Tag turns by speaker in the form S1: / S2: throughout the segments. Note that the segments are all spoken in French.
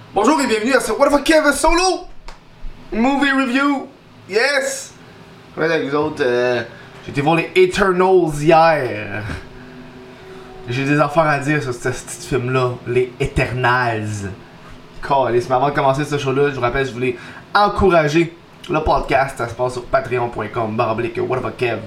S1: Bonjour et bienvenue à ce What the fuck Kev solo movie review. Yes. Je vais avec vous autres. J'ai été voir les Eternals hier. J'ai des affaires à dire sur ce petit film-là, les Eternals. Mais avant de commencer ce show-là, je vous rappelle, si vous voulez encourager le podcast, ça se passe sur patreon.com/What the fuck Kev.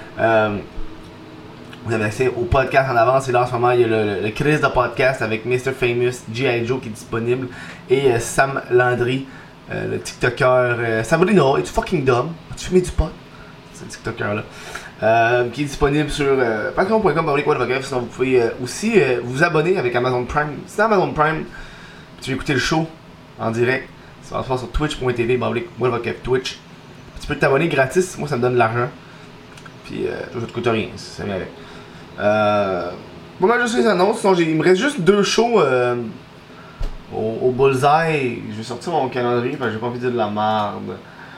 S1: Vous avez accès au podcast en avance et là en ce moment il y a le Chris de podcast avec Mr. Famous, G.I. Joe qui est disponible et Sam Landry, le TikToker. Sabrina, es-tu fucking dumb? As-tu fumé du pot? C'est le TikToker là. Qui est disponible sur patreon.com/What the fuck Kev. Sinon vous pouvez aussi vous abonner avec Amazon Prime. Si c'est Amazon Prime, tu veux écouter le show en direct, ça va se faire sur twitch.tv/What the fuck Kev Twitch. Tu peux t'abonner gratis, moi ça me donne de l'argent. Puis ça te coûte rien, ça vient avec. Bon, moi je suis les annonces, sinon il me reste juste 2 shows au Bullseye. Je vais sortir mon calendrier parce que j'ai pas envie de dire de la merde.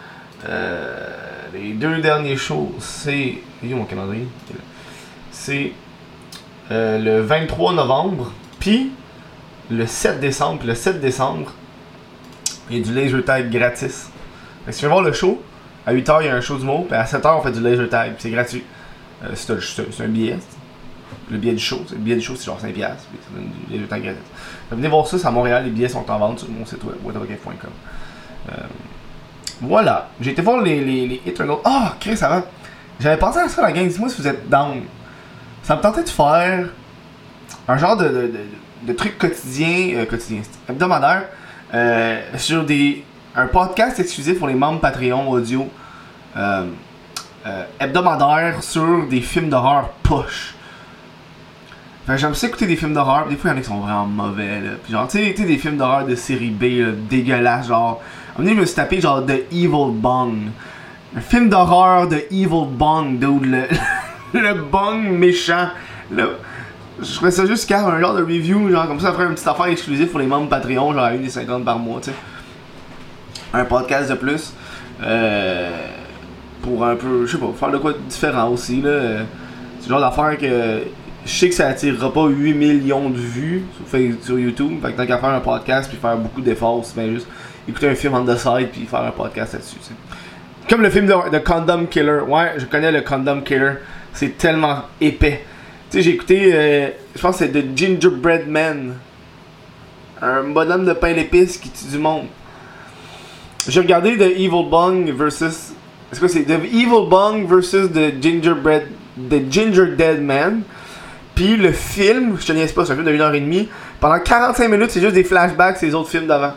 S1: Les 2 derniers shows, c'est. Il est où mon calendrier? C'est le 23 novembre, puis le 7 décembre. Puis le 7 décembre, il y a du laser tag gratis. Fait que si tu veux voir le show, à 8h il y a un show du mot, puis à 7h on fait du laser tag, c'est gratuit. C'est un billet. Le billet du show, c'est genre 5$, puis ça donne du laser tag gratis. Venez voir ça, c'est à Montréal, les billets sont en vente sur mon site web, whatthefuckkev.com. Voilà, j'ai été voir les Eternals. Ah, Chris, avant, j'avais pensé à ça la gang, dis-moi si vous êtes down. Ça me tentait de faire un genre de truc quotidien, hebdomadaire, sur un podcast exclusif pour les membres Patreon audio, hebdomadaire sur des films d'horreur poche. Fait que j'aime ça écouter des films d'horreur, des fois il y en a qui sont vraiment mauvais là. Puis genre, tu sais, des films d'horreur de série B là, dégueulasses, genre. À un moment donné, je me suis tapé genre The Evil Bong. Un film d'horreur de Evil Bong, dude, le Bong méchant. Là. Je ferais ça juste car un genre de review, genre comme ça ferait une petite affaire exclusive pour les membres Patreon, genre à 1,50$ par mois, tu sais. Un podcast de plus. Pour un peu, je sais pas, faire de quoi de différent aussi là. C'est le genre d'affaire que je sais que ça attirera pas 8 millions de vues sur YouTube. Fait que tant qu'à faire un podcast puis faire beaucoup d'efforts, c'est bien juste écouter un film on the side puis faire un podcast là-dessus, t'sais. Comme le film de Condom Killer. Ouais, je connais le Condom Killer. C'est tellement épais. Tu sais, j'ai écouté, je pense que c'est The Gingerbread Man. Un bonhomme de pain d'épices qui tue du monde. J'ai regardé The Evil Bong versus... Est-ce que c'est The Evil Bong versus The Ginger Dead Man. Puis le film, je te niaise pas, c'est un film de 1h30. Pendant 45 minutes, c'est juste des flashbacks sur les autres films d'avant.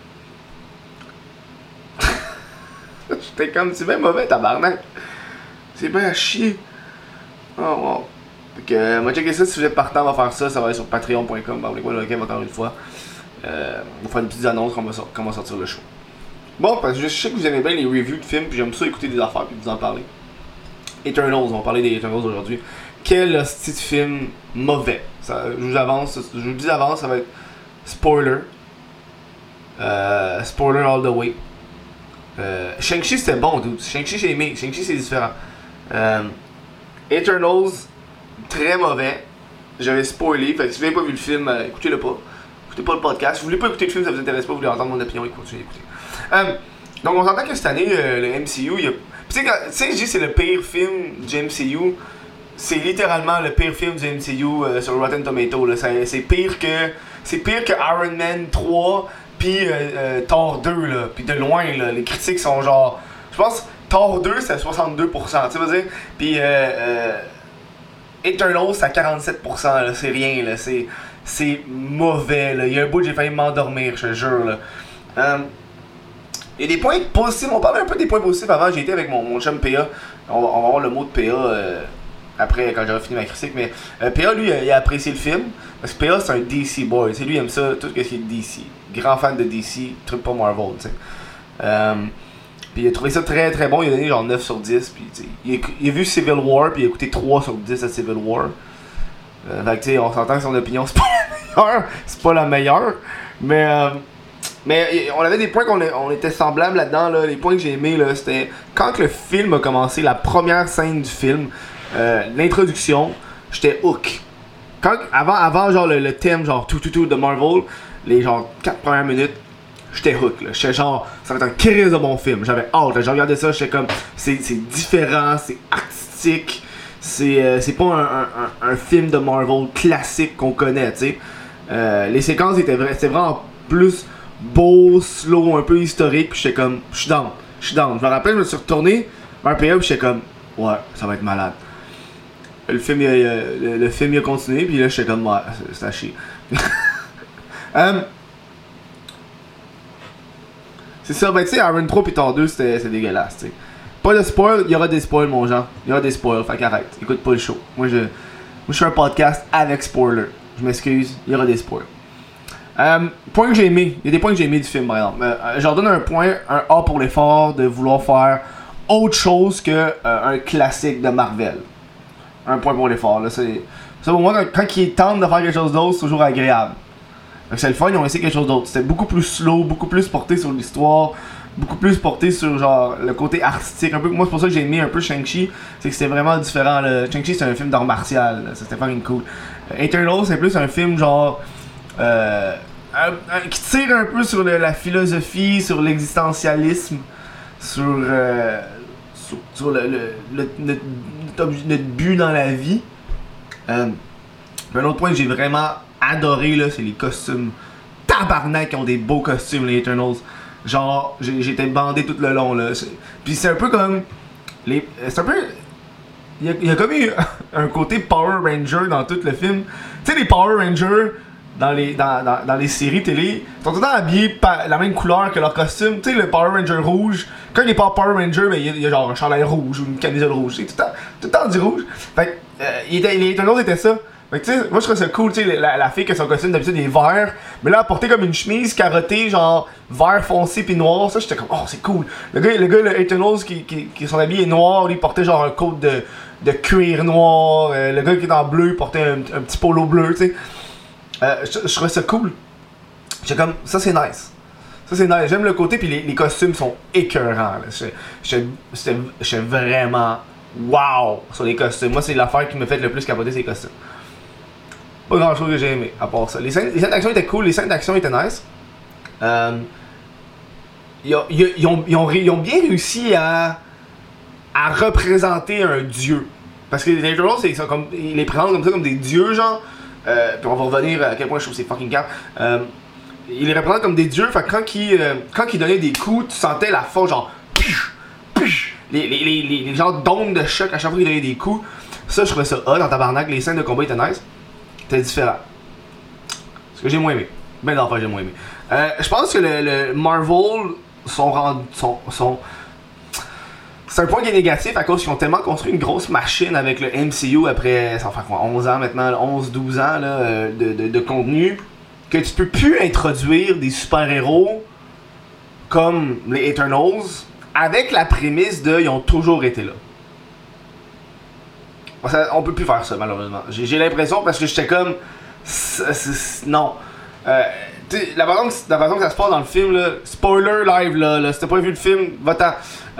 S1: J'étais comme, c'est bien mauvais, tabarnak. C'est bien à chier. Oh wow. Fait que, moi checker ça, si vous êtes partant, on va faire ça. Ça va être sur patreon.com. Encore une fois. On va faire une petite annonce comment sortir le show. Bon, parce que je sais que vous aimez bien les reviews de films, puis j'aime ça écouter des affaires, puis vous en parler. Eternals, on va parler des Eternals aujourd'hui. Quel hostie de film mauvais. Ça, je vous dis d'avance, ça va être spoiler. Spoiler all the way. Shang-Chi c'était bon, dude. Shang-Chi j'ai aimé. Shang-Chi c'est différent. Eternals, très mauvais. J'avais spoilé. Fait que si vous n'avez pas vu le film, écoutez-le pas. Écoutez pas le podcast. Si vous voulez pas écouter le film, ça vous intéresse pas, vous voulez entendre mon opinion, continuez d'écouter. Donc on s'entend que cette année, le MCU, il y a... Tu sais, je dis c'est le pire film du MCU. C'est littéralement le pire film du MCU sur Rotten Tomatoes. C'est pire que Iron Man 3 puis Thor 2 là. Puis de loin là, les critiques sont genre, je pense Thor 2 c'est à 62%, tu sais veux dire. Puis Eternals c'est à 47%, là, c'est rien là, c'est mauvais là. Il y a un bout j'ai failli m'endormir, je te jure là. Il y a des points positifs, on parlait un peu des points positifs avant, j'ai été avec mon chum PA. On va avoir le mot de PA après quand j'aurai fini ma critique, mais PA lui il a apprécié le film parce que PA c'est un DC boy, tu sais, lui il aime ça, tout ce qui est DC, grand fan de DC, truc pas Marvel, tu sais. Puis il a trouvé ça très très bon, il a donné genre 9 sur 10, puis tu sais, il a vu Civil War, puis il a écouté 3 sur 10 à Civil War. Fait que tu sais, on s'entend que son opinion c'est pas la meilleure, mais on avait des points on était semblables là-dedans, là. Les points que j'ai aimés, là, c'était quand le film a commencé, la première scène du film, l'introduction, j'étais hook. Avant genre le thème genre tout de Marvel, les genre 4 premières minutes, j'étais hook, là. J'étais genre, ça va être un crise de bon film. J'avais hâte, là. J'ai regardé ça, j'étais comme, c'est différent, c'est artistique. C'est pas un film de Marvel classique qu'on connaît, tu sais. Les séquences c'était vraiment plus beau, slow, un peu historique, puis j'étais comme, je suis down. Je me rappelle, je me suis retourné vers PA, puis j'étais comme, ouais, ça va être malade. Le film il a continué, puis là j'étais comme, ouais, c'est à chier. C'est ça, ben tu sais, Iron 3 puis Thor 2 c'était dégueulasse, tu sais. Pas de spoil, il y aura des spoils, mon genre. Il y aura des spoils, fait qu'arrête, écoute pas le show. Moi je suis un podcast avec spoiler. Je m'excuse, il y aura des spoils. Point que j'ai aimé, il y a des points que j'ai aimé du film par exemple. Je leur donne un point, un A pour l'effort de vouloir faire autre chose que un classique de Marvel. Un point pour l'effort, là, c'est pour moi quand ils tentent de faire quelque chose d'autre, c'est toujours agréable. Donc c'est le fun, ils ont essayé quelque chose d'autre. C'était beaucoup plus slow, beaucoup plus porté sur l'histoire, beaucoup plus porté sur genre le côté artistique. Un peu, moi c'est pour ça que j'ai aimé un peu Shang-Chi, c'est que c'était vraiment différent. Shang-Chi c'est un film d'art martial, là, ça c'était fucking cool. Eternal c'est plus un film genre qui tire un peu sur la philosophie, sur l'existentialisme, sur notre but dans la vie. Un autre point que j'ai vraiment adoré là, c'est les costumes. Tabarnak, qui ont des beaux costumes, les Eternals. Genre, j'étais bandé tout le long là. Puis c'est un peu comme c'est un peu. Il y a comme eu un côté Power Ranger dans tout le film. Tu sais, les Power Rangers dans les séries télé sont tout le temps habillés la même couleur que leur costume. Tu sais, le Power Ranger rouge, quand il est pas Power Ranger, ben, il y a genre un chandail rouge ou une camisole rouge. Tout le temps du rouge. Fait que les Eternals étaient ça. Fait que tu sais, moi je trouve ça cool, tu sais, la fille que son costume d'habitude est vert, mais là elle portait comme une chemise carottée, genre vert foncé pis noir, ça j'étais comme, oh c'est cool. Le Eternals qui son habit est noir, lui portait genre un coat de cuir noir, le gars qui est en bleu portait un petit polo bleu, tu sais. Je trouvais ça cool. J'étais comme, ça c'est nice. Ça c'est nice, j'aime le côté, puis les costumes sont écœurants. J'étais vraiment wow sur les costumes. Moi c'est l'affaire qui me fait le plus capoter, ces costumes. Pas grand chose que j'ai aimé, à part ça. Les scènes d'action étaient cool, les scènes d'action étaient nice. Ils ont bien réussi à représenter un dieu. Parce que les Eternals, ils les présentent comme ça, comme des dieux, genre. Puis on va revenir à quel point je trouve que c'est fucking cap. Ils les représentent comme des dieux, fait que quand ils donnaient des coups, tu sentais la force, genre. Les genres d'ondes de choc à chaque fois qu'ils donnaient des coups. Ça, je trouvais ça hot dans Tabarnak. Les scènes de combat étaient nice. C'était différent. Ce que j'ai moins aimé. Ben d'enfants, j'ai moins aimé. Je pense que le Marvel sont c'est un point qui est négatif à cause qu'ils ont tellement construit une grosse machine avec le MCU après, ça va faire quoi, 11 ans maintenant, 11-12 ans là, de contenu, que tu peux plus introduire des super-héros comme les Eternals avec la prémisse de ils ont toujours été là. On peut plus faire ça malheureusement. J'ai l'impression parce que j'étais comme non. La façon que ça se passe dans le film là, spoiler live là, si t'as pas vu le film, va-t'en.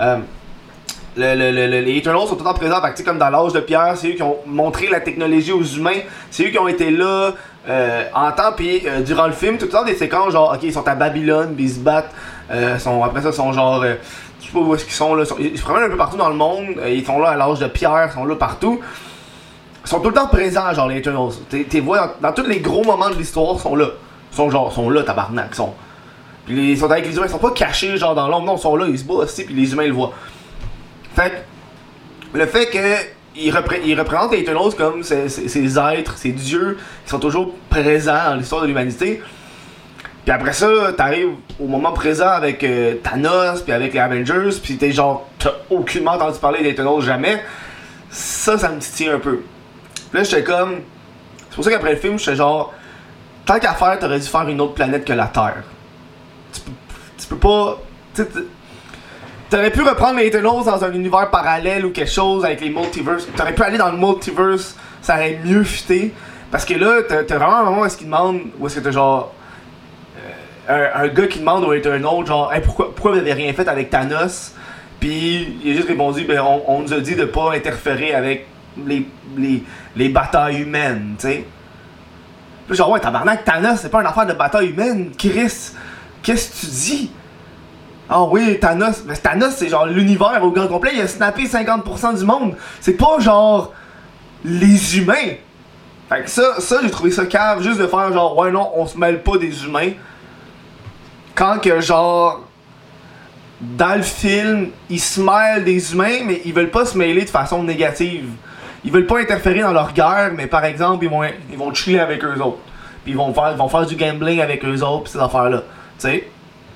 S1: Les Eternals sont tout le temps présents, fait que, comme dans l'âge de pierre, c'est eux qui ont montré la technologie aux humains, c'est eux qui ont été là en temps, puis durant le film, tout le temps des séquences genre ok ils sont à Babylone, puis ils se battent, après ça ils sont genre je sais pas où est-ce qu'ils sont là, ils se promènent un peu partout dans le monde, ils sont là à l'âge de pierre, ils sont là partout. Ils sont tout le temps présents, genre les Eternals. T'es vois dans tous les gros moments de l'histoire, ils sont là. Ils sont là, tabarnak. Puis ils sont avec les humains, ils sont pas cachés genre dans l'ombre, non, ils sont là, ils se battent aussi, puis les humains le voient. Fait que, le fait qu'ils représentent les Eternals comme ces êtres, ces dieux qui sont toujours présents dans l'histoire de l'humanité. Puis après ça, t'arrives au moment présent avec Thanos, puis avec les Avengers, puis t'es genre, t'as aucunement entendu parler des Eternals jamais. Ça me titille un peu. Puis là, j'étais comme. C'est pour ça qu'après le film, j'étais genre. Tant qu'à faire, t'aurais dû faire une autre planète que la Terre. Tu peux pas. T'aurais pu reprendre les Eternals dans un univers parallèle ou quelque chose avec les multiverses. T'aurais pu aller dans le multiverse, ça aurait mieux fité. Parce que là, t'as vraiment un moment où est-ce qu'il demande. Où est-ce que t'as genre. Un gars qui demande aux Eternals, genre, hey, pourquoi vous avez rien fait avec Thanos? Puis il a juste répondu, ben on nous a dit de pas interférer avec les batailles humaines, tu sais. Puis genre, ouais, tabarnak, Thanos, c'est pas une affaire de bataille humaine. Chris, qu'est-ce que tu dis? Ah oui, Thanos. Mais Thanos, c'est genre l'univers au grand complet. Il a snappé 50% du monde. C'est pas genre les humains. Fait que ça j'ai trouvé ça cave. Juste de faire genre, ouais, non, on se mêle pas des humains. Quand que genre, dans le film, ils se mêlent des humains, mais ils veulent pas se mêler de façon négative. Ils veulent pas interférer dans leur guerre, mais par exemple, ils vont chiller avec eux autres. Puis ils vont faire du gambling avec eux autres, pis ces affaires-là. Tu sais?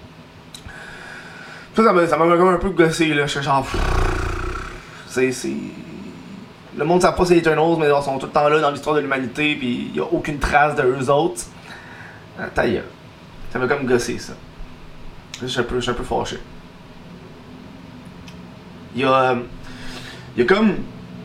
S1: Ça m'a comme un peu gossé, là. Je suis genre. C'est. Le monde ne sait pas c'est les Eternals, mais ils sont tout le temps là dans l'histoire de l'humanité, puis il n'y a aucune trace de eux autres. Ta gueule. Ça m'a comme gossé, ça. Je suis un peu fâché. Il y a comme.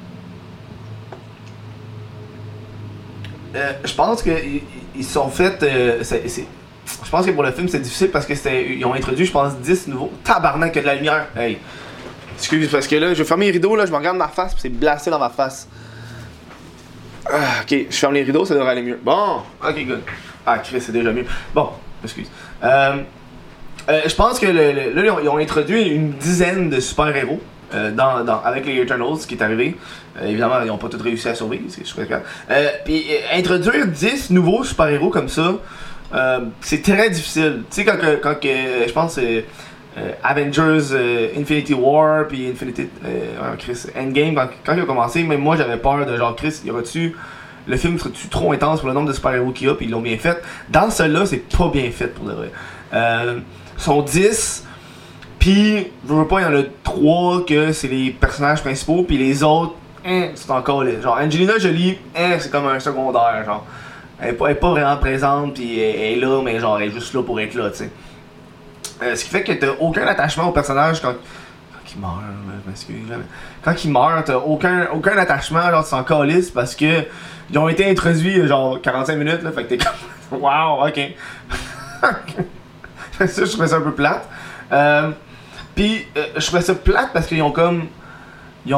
S1: Je pense qu'ils se sont fait. Je pense que pour le film c'est difficile parce que ils ont introduit, je pense, 10 nouveaux. Tabarnak, que de la lumière. Hey. Excuse, parce que là, je vais fermer les rideaux, là, je me regarde ma face, puis c'est blasté dans ma face. Ok, je ferme les rideaux, ça devrait aller mieux. Bon, ok, good. Ah, Chris, c'est déjà mieux. Bon, excuse. Je pense que là, ils ont introduit une dizaine de super-héros avec les Eternals, qui est arrivé. Évidemment, ils n'ont pas tous réussi à survivre, c'est super. Puis introduire 10 nouveaux super-héros comme ça, c'est très difficile. Tu sais, quand je pense Avengers Infinity War puis Chris Endgame, quand il a commencé, même moi j'avais peur de genre Chris, le film serait-tu trop intense pour le nombre de super-héros qu'il y a, puis ils l'ont bien fait. Dans celui-là, c'est pas bien fait pour de vrai. Ils sont 10, puis je veux pas, il y en a 3 que c'est les personnages principaux, puis les autres, c'est encore là. Genre Angelina Jolie, c'est comme un secondaire, genre. Elle est pas vraiment présente, puis elle est là, mais genre elle est juste là pour être là, tu sais. Ce qui fait que t'as aucun attachement au personnage quand il meurt, je m'excuse. Quand il meurt, t'as aucun attachement, genre tu s'en calisses parce que ils ont été introduits genre 45 minutes, là, fait que t'es comme wow, ok. Ça, je trouvais ça un peu plate. Puis je trouvais ça plate parce qu'ils ont comme. Ils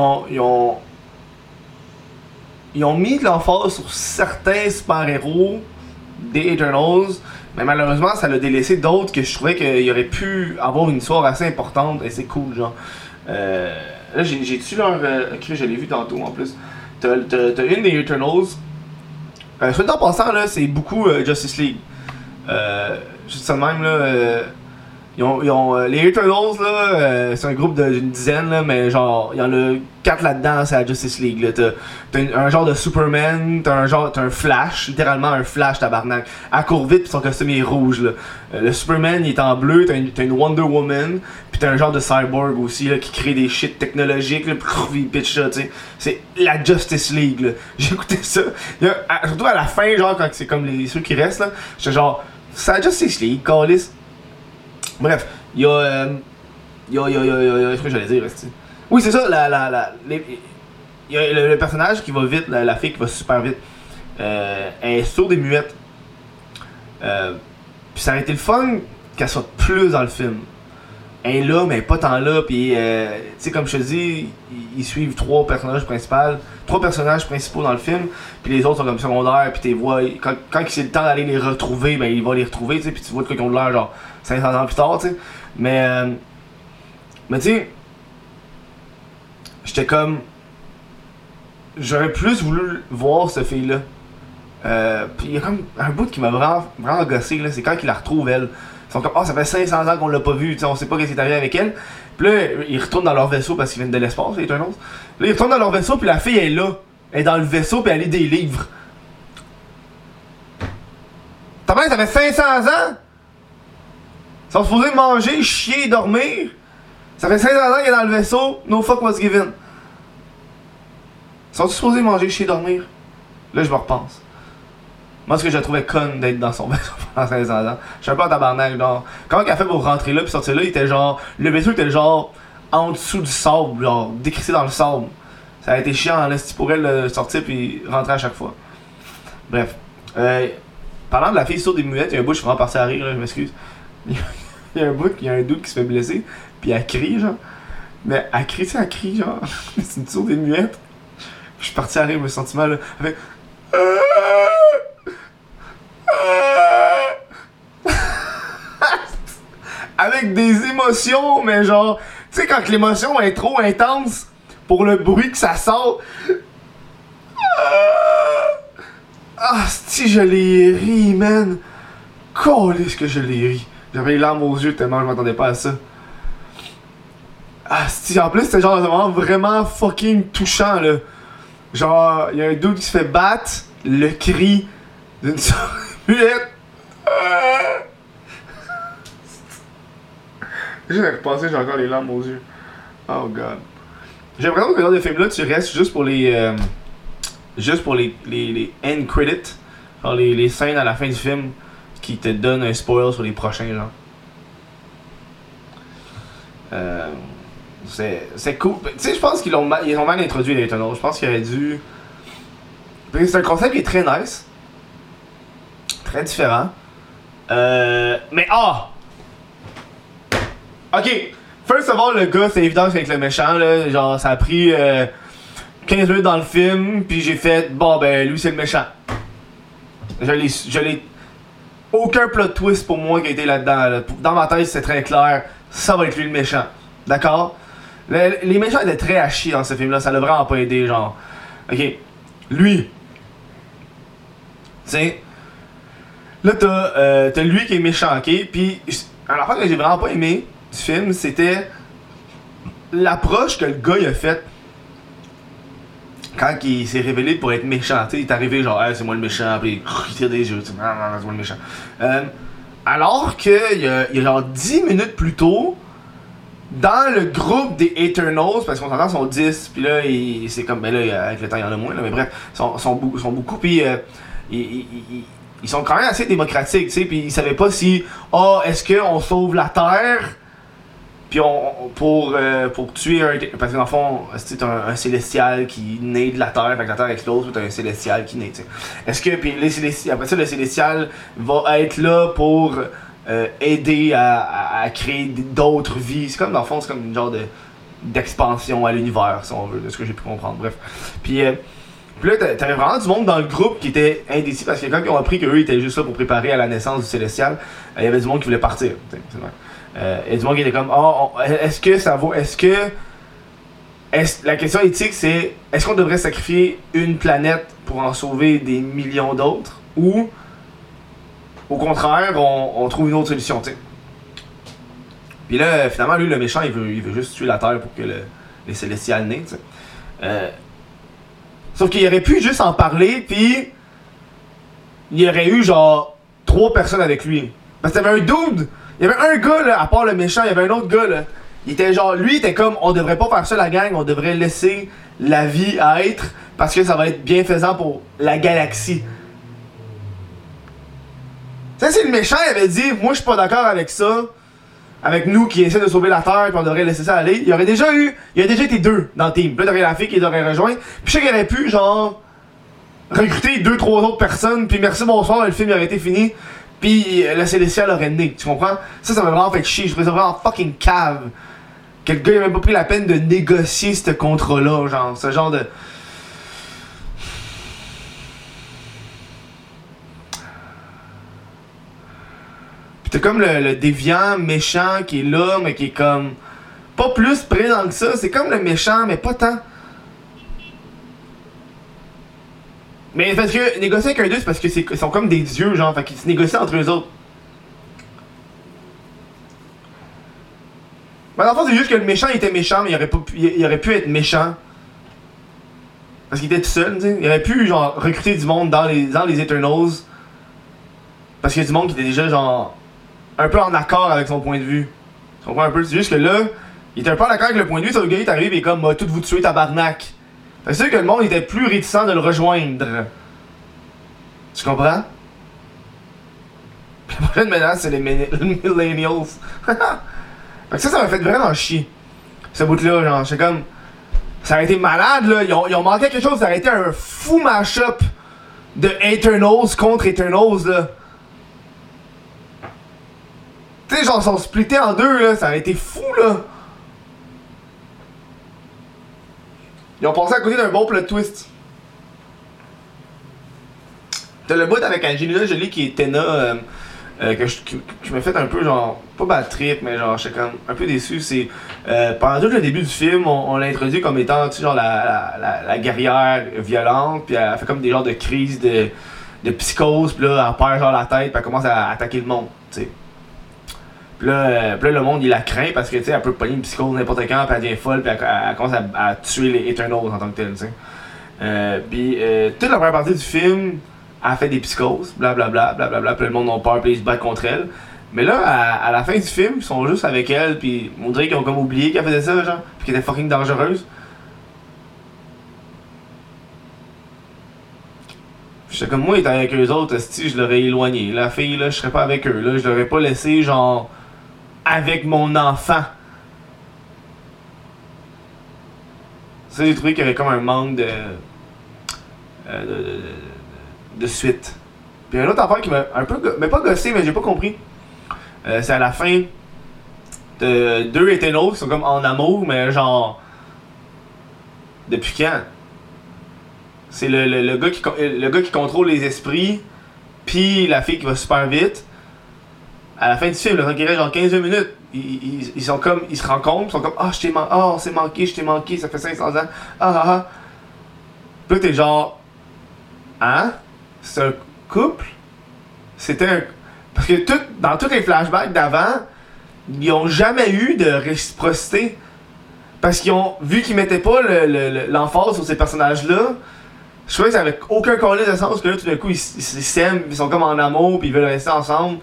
S1: ont mis de l'emphase sur certains super-héros des Eternals, mais malheureusement ça l'a délaissé d'autres que je trouvais qu'il aurait pu avoir une histoire assez importante et c'est cool, genre. Là, j'ai-tu leur. Ok, je l'ai vu tantôt en plus. T'as une des Eternals. Soit en passant, là, c'est beaucoup Justice League. Juste ça de même, là. Les Eternals, là, c'est un groupe d'une dizaine, là, mais genre, il y en a 4 là-dedans, c'est la Justice League. Là. T'as un genre de Superman, t'as un Flash, littéralement un Flash, tabarnak. Elle court vite, pis son costume est rouge. Là. Le Superman, il est en bleu, t'as une Wonder Woman, pis t'as un genre de Cyborg aussi, là, qui crée des shit technologiques, là, pis il pitch ça, tu sais. C'est la Justice League, là. J'ai écouté ça. Surtout à la fin, genre, quand c'est comme ceux qui restent, là, j'étais genre, c'est la Justice League, câlisse. Bref, il y a. Qu'est-ce que j'allais dire, oui, c'est ça, il y a le personnage qui va vite, la fille qui va super vite. Elle est sourde et muette. Puis ça aurait été le fun qu'elle soit plus dans le film. Elle est là, mais pas tant là. Puis, tu sais, comme je te dis, ils suivent 3 personnages principaux dans le film. Puis les autres sont comme secondaires. Puis tu vois, quand c'est le temps d'aller les retrouver, ben il va les retrouver, tu sais. Puis tu vois de quoi ils ont de l'air, genre 500 ans plus tard, tu sais. Mais tu sais, j'étais comme. J'aurais plus voulu voir cette fille-là. Puis il y a comme un bout qui m'a vraiment gossé, là. C'est quand ils la retrouvent, elle. Ils sont comme, ça fait 500 ans qu'on l'a pas vue, on sait pas ce qui est arrivé avec elle. Puis là, ils retournent dans leur vaisseau parce qu'ils viennent de l'espace, les Eternals. Là, ils retournent dans leur vaisseau, puis la fille est là. Elle est dans le vaisseau, puis elle lit des livres. T'as bien, ça fait 500 ans? Ils sont supposés manger, chier, dormir. Ça fait 500 ans qu'elle est dans le vaisseau, no fuck was given. Ils sont supposés manger, chier, dormir. Là, je me repense. Moi, ce que je trouvais conne d'être dans son vaisseau pendant 500 ans. Je suis un peu en tabarnak, genre. Comment qu'elle a fait pour rentrer là puis sortir là, il était genre. Le vaisseau était genre en dessous du sable, genre décrissé dans le sable. Ça a été chiant en esti pour elle de sortir puis rentrer à chaque fois. Bref. Parlant de la fille sourde et muette, il y a un bout, je suis vraiment parti à rire, là, je m'excuse. Il y a un bout, il y a un doute qui se fait blesser, puis elle crie, genre. Mais elle crie, genre. C'est une sourde et muette. Je suis parti à rire, me senti mal, là. Elle fait. avec des émotions, mais genre, tu sais, quand l'émotion est trop intense pour le bruit que ça sort. Ah, si je l'ai ri, man. Calisse que je l'ai ri. J'avais les larmes aux yeux tellement je m'attendais pas à ça. Ah, si, en plus, c'était genre vraiment fucking touchant, là. Genre, y'a un dude qui se fait battre, le cri d'une muette. J'ai repensé, j'ai encore les larmes aux yeux. Oh god. J'ai l'impression que ce genre de film-là, tu restes juste pour les. Juste pour les end credits. Genre les scènes à la fin du film qui te donnent un spoil sur les prochains, genre. C'est cool. Tu sais, je pense qu'ils ont mal introduit les Eternals. Je pense qu'il aurait dû. C'est un concept qui est très nice. Très différent. Mais ok. First of all, le gars, c'est évident qu'avec le méchant, là. Genre, ça a pris 15 minutes dans le film, puis j'ai fait, bon, ben, lui, c'est le méchant. Je l'ai. Aucun plot twist pour moi qui a été là-dedans. Là. Dans ma tête, c'est très clair. Ça va être lui le méchant. D'accord? Les méchants étaient très à chier dans ce film-là. Ça l'a vraiment pas aidé, genre. Ok. Lui. Tu sais. Là, t'as lui qui est méchant, ok? Puis, alors, l'affaire que j'ai vraiment pas aimé du film, c'était l'approche que le gars il a faite quand il s'est révélé pour être méchant. Tu sais, il est arrivé genre, hey, c'est moi le méchant, puis il tire des yeux, tu sais, non, c'est moi le méchant. Alors que, il y a genre 10 minutes plus tôt, dans le groupe des Eternals, parce qu'on s'entend, ils sont 10, puis là, c'est comme, ben là, avec le temps, il y en a moins, là, mais bref, ils sont beaucoup, puis ils sont quand même assez démocratiques, tu sais, puis ils savaient pas si, est-ce qu'on sauve la Terre, puis pour tuer un. Parce que dans le fond, c'est un célestial qui naît de la Terre, fait que la Terre explose, puis t'as un célestial qui naît, tu sais. Est-ce que, puis après ça, le célestial va être là pour aider à créer d'autres vies. C'est comme, dans le fond, c'est comme une genre d'expansion à l'univers, si on veut, de ce que j'ai pu comprendre. Bref. Puis là, t'avais vraiment du monde dans le groupe qui était indécis, parce que quand ils ont appris qu'eux étaient juste là pour préparer à la naissance du célestial, il y avait du monde qui voulait partir, c'est vrai. Et du monde qui était comme, est-ce que ça vaut. La question éthique, c'est est-ce qu'on devrait sacrifier une planète pour en sauver des millions d'autres, ou au contraire, on trouve une autre solution, tu sais. Puis là, finalement, lui, le méchant, il veut juste tuer la Terre pour que les célestials naissent, tu sais. Sauf qu'il aurait pu juste en parler, puis il y aurait eu genre 3 personnes avec lui. Parce que t'avais un dude. Il y avait un gars, là, à part le méchant, il y avait un autre gars, là. Il était genre, lui, il était comme, on devrait pas faire ça, la gang, on devrait laisser la vie être, parce que ça va être bienfaisant pour la galaxie. Tu sais, si le méchant il avait dit, moi, je suis pas d'accord avec ça, avec nous qui essaient de sauver la Terre, puis on devrait laisser ça aller, il y a déjà été 2 dans le team. Puis là, t'aurais la fille qui les aurait rejoint, puis je sais qu'il aurait pu, genre, recruter 2-3 autres personnes, puis merci, bonsoir, le film aurait été fini. Pis le célestial aurait né, tu comprends? Ça m'a vraiment fait chier, je trouvais ça vraiment fucking cave. Que le gars il a même pas pris la peine de négocier ce contrat-là, genre, ce genre de. Pis t'as comme le déviant méchant qui est là, mais qui est comme. Pas plus présent que ça, c'est comme le méchant, mais pas tant. Mais parce que négocier avec un dieu, c'est parce qu'ils sont comme des dieux, genre, fait qu'ils se négocient entre eux autres. Mais dans le fond, c'est juste que le méchant il était méchant, mais il aurait pu être méchant. Parce qu'il était tout seul, tu sais. Il aurait pu, genre, recruter du monde dans les Eternals. Parce qu'il y a du monde qui était déjà, genre, un peu en accord avec son point de vue. Tu comprends un peu? C'est juste que là, il était un peu en accord avec le point de vue, ça, le gars il arrive et comme, tout vous tuer, tabarnak. C'est sûr que le monde était plus réticent de le rejoindre. Tu comprends? La prochaine menace, c'est les millennials. Fait que ça m'a fait vraiment chier. Ce bout-là, genre, c'est comme. Ça aurait été malade, là. Ils ont manqué quelque chose, ça aurait été un fou mash-up de Eternals contre Eternals, là. Tu sais, genre, ils sont splittés en 2, là. Ça aurait été fou, là. Ils ont passé à côté d'un bon plot twist. T'as le bout avec Angelina Jolie qui est Tena qui m'a fait un peu genre, pas bad trip, mais genre j'étais comme un peu déçu, c'est pendant tout le début du film, on l'a introduit comme étant, tu sais, genre la guerrière violente, puis elle fait comme des genres de crises de psychose, puis là elle perd genre la tête, puis elle commence à attaquer le monde, tu sais. Puis là, le monde il la craint parce que tu sais, elle peut pogner une psychose n'importe quand, puis elle devient folle, puis elle commence à tuer les Eternals en tant que tel, tu sais. Puis toute la première partie du film, elle fait des psychoses, blablabla, blablabla, puis le monde a peur, puis ils se battent contre elle. Mais là, à la fin du film, ils sont juste avec elle, puis on dirait qu'ils ont comme oublié qu'elle faisait ça, genre, puis qu'elle était fucking dangereuse. J'étais comme moi, il était avec eux autres, si je l'aurais éloigné. La fille, là, je serais pas avec eux, là, je l'aurais pas laissé, genre, avec mon enfant. Ça, j'ai trouvé qu'il y avait comme un manque de suite. Puis un autre affaire qui m'a un peu, mais pas gossé, mais j'ai pas compris. C'est à la fin de deux Eternals qui sont comme en amour, mais genre. Depuis quand? C'est le gars qui contrôle les esprits, puis la fille qui va super vite. À la fin du film, le temps qu'il reste genre 15 minutes, ils sont comme. Ils se rencontrent, ils sont comme ah, on s'est manqué, je t'ai manqué, ça fait 500 ans. Ah. Puis là, t'es genre. Hein? C'est un couple? C'était un. Parce que dans tous les flashbacks d'avant, ils ont jamais eu de réciprocité. Parce qu'ils ont. Vu qu'ils mettaient pas l'emphase sur ces personnages-là, je trouvais que ça avait aucun collège de sens, parce que là, tout d'un coup, ils s'aiment, ils sont comme en amour, puis ils veulent rester ensemble.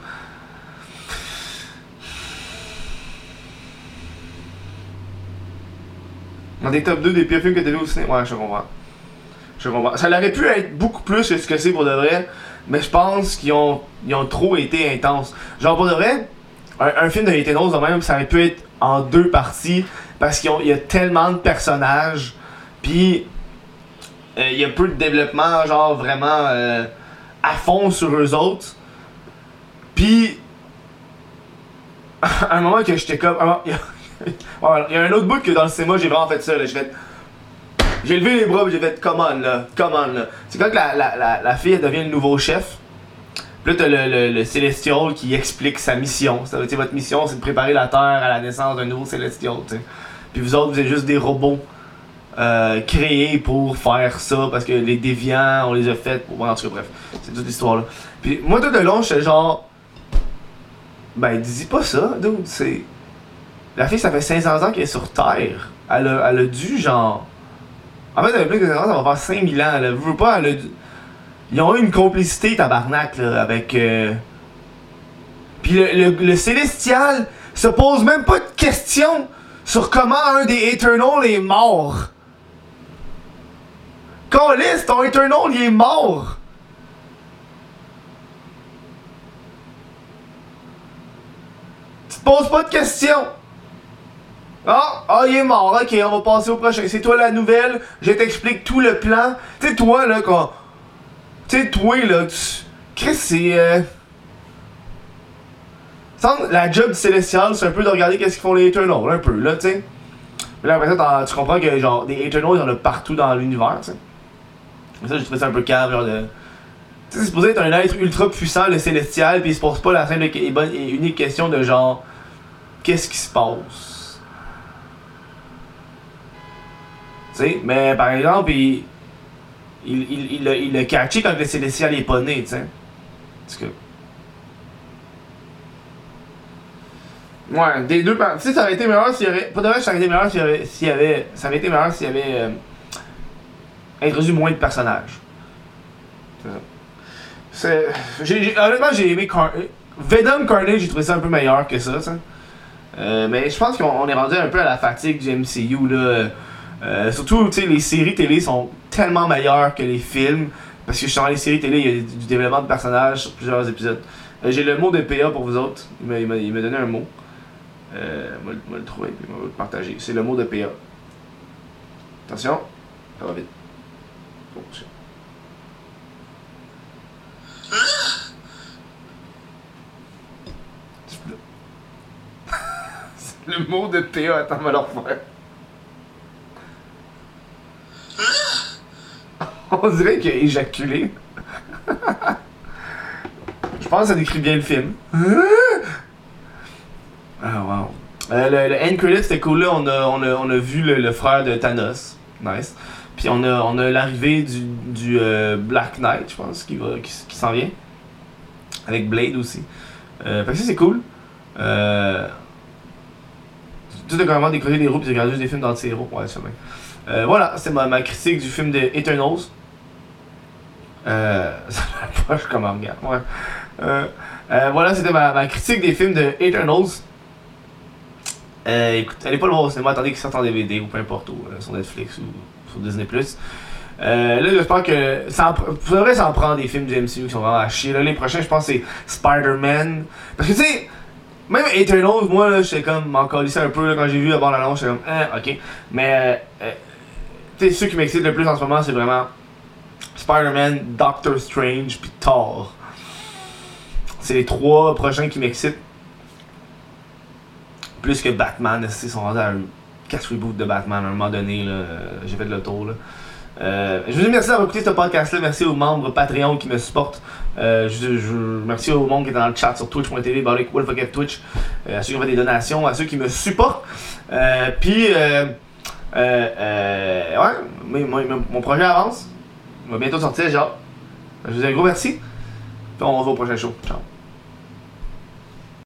S1: Dans des top 2 des pires films que t'as vu au cinéma, ouais, je comprends. Ça aurait pu être beaucoup plus que ce que c'est pour de vrai, mais je pense qu'ils ont trop été intenses. Genre pour de vrai, un film de Eternals de même, ça aurait pu être en deux parties, parce qu'il y a tellement de personnages, puis il y a peu de développement, genre vraiment à fond sur eux autres. Puis, à un moment que j'étais comme. Il y a un autre bout que dans le cinéma, j'ai vraiment fait ça. J'ai levé les bras et j'ai fait come on là. C'est quand que la fille elle devient le nouveau chef. Puis là, t'as le Celestial qui explique sa mission. Ça veut dire votre mission, c'est de préparer la Terre à la naissance d'un nouveau Celestial. T'sais. Puis vous autres, vous êtes juste des robots. Créés pour faire ça parce que les déviants on les a fait pour. Bon, en tout cas, bref, c'est toute l'histoire là. Puis moi, tout de long, j'étais genre. Ben, dis pas ça, dude, c'est. La fille, ça fait 500 ans qu'elle est sur Terre. Elle a dû, genre. En fait, avec plus que 500 ans, ça va faire 5000 ans. Elle veut pas, elle a dû. Ils ont eu une complicité, tabarnak, là, avec. Puis le Célestial se pose même pas de questions sur comment un des Eternals est mort. Calisse, ton Eternal, il est mort! Tu te poses pas de questions! Il est mort, ok, on va passer au prochain. C'est toi la nouvelle, je t'explique tout le plan. Tu sais, toi, là, quand. Tu sais, toi, là, Chris, c'est. La job du Célestial, c'est un peu de regarder qu'est-ce qu'ils font les Eternals, un peu, là, tu sais. Mais là, après ça, tu comprends que, genre, des Eternals, il y en a partout dans l'univers, tu sais. Mais ça, j'ai trouvé ça un peu cave, genre de. Tu sais, c'est supposé être un être ultra puissant, le Célestial, pis il se pose pas la simple et bonne et unique question de genre. Qu'est-ce qui se passe? Tu sais, mais par exemple, il l'a catché quand le Célestial est pas né, tu sais. Parce que. Ouais, des deux parties. Tu sais, ça aurait été meilleur s'il y avait. Pas de vrai, ça aurait été meilleur s'il y avait. Ça aurait été meilleur s'il y avait. Introduit moins de personnages. C'est ça. Honnêtement, j'ai aimé Venom Carnage, j'ai trouvé ça un peu meilleur que ça. Mais je pense qu'on est rendu un peu à la fatigue du MCU. Là. Surtout, tu sais, les séries télé sont tellement meilleures que les films. Parce que dans les séries télé, il y a du développement de personnages sur plusieurs épisodes. J'ai le mot de PA pour vous autres. Il m'a donné un mot. Moi le trouver et moi le partager. C'est le mot de PA. Attention, ça va vite. Oh, shit. Le mot de PA, attends, on va le refaire. On dirait qu'il a éjaculé. Je pense que ça décrit bien le film. Ah, wow. Le end credit c'était cool là, on a vu le frère de Thanos. Nice. Puis on a l'arrivée du Black Knight, je pense, qui s'en vient. Avec Blade aussi. Fait que ça c'est cool. Tout a carrément décollé des roues pis j'ai regardé juste des films d'anti-héros. Ouais, c'est bien. Voilà, c'était ma critique du film de Eternals. Ça va pas, je comment regarde. Ouais. Voilà, c'était ma critique des films de Eternals. Écoute, allez pas le voir au cinéma, attendez qu'il sorte en DVD ou peu importe où, sur Netflix ou sur Disney+. Là, j'espère que ça en prend des films du MCU qui sont vraiment à chier. Là, les prochains, je pense, c'est Spider-Man. Parce que tu sais, même Eternals, moi, là, j'étais comme m'en calissais un peu là, quand j'ai vu la bande-annonce, j'étais comme, ok. Mais, tu sais, ceux qui m'excitent le plus en ce moment, c'est vraiment Spider-Man, Doctor Strange, puis Thor. C'est les 3 prochains qui m'excitent. Plus que Batman, ils sont rendus à un 4 reboots de Batman à un moment donné, là, j'ai fait le tour. Là. Je vous dis merci d'avoir écouté ce podcast-là, merci aux membres Patreon qui me supportent. Merci au monde qui est dans le chat sur twitch.tv, Twitch, à ceux qui ont fait des donations, à ceux qui me supportent. Puis, mon projet avance, il va bientôt sortir, genre. Je vous dis un gros merci, puis on se voit au prochain show. Ciao.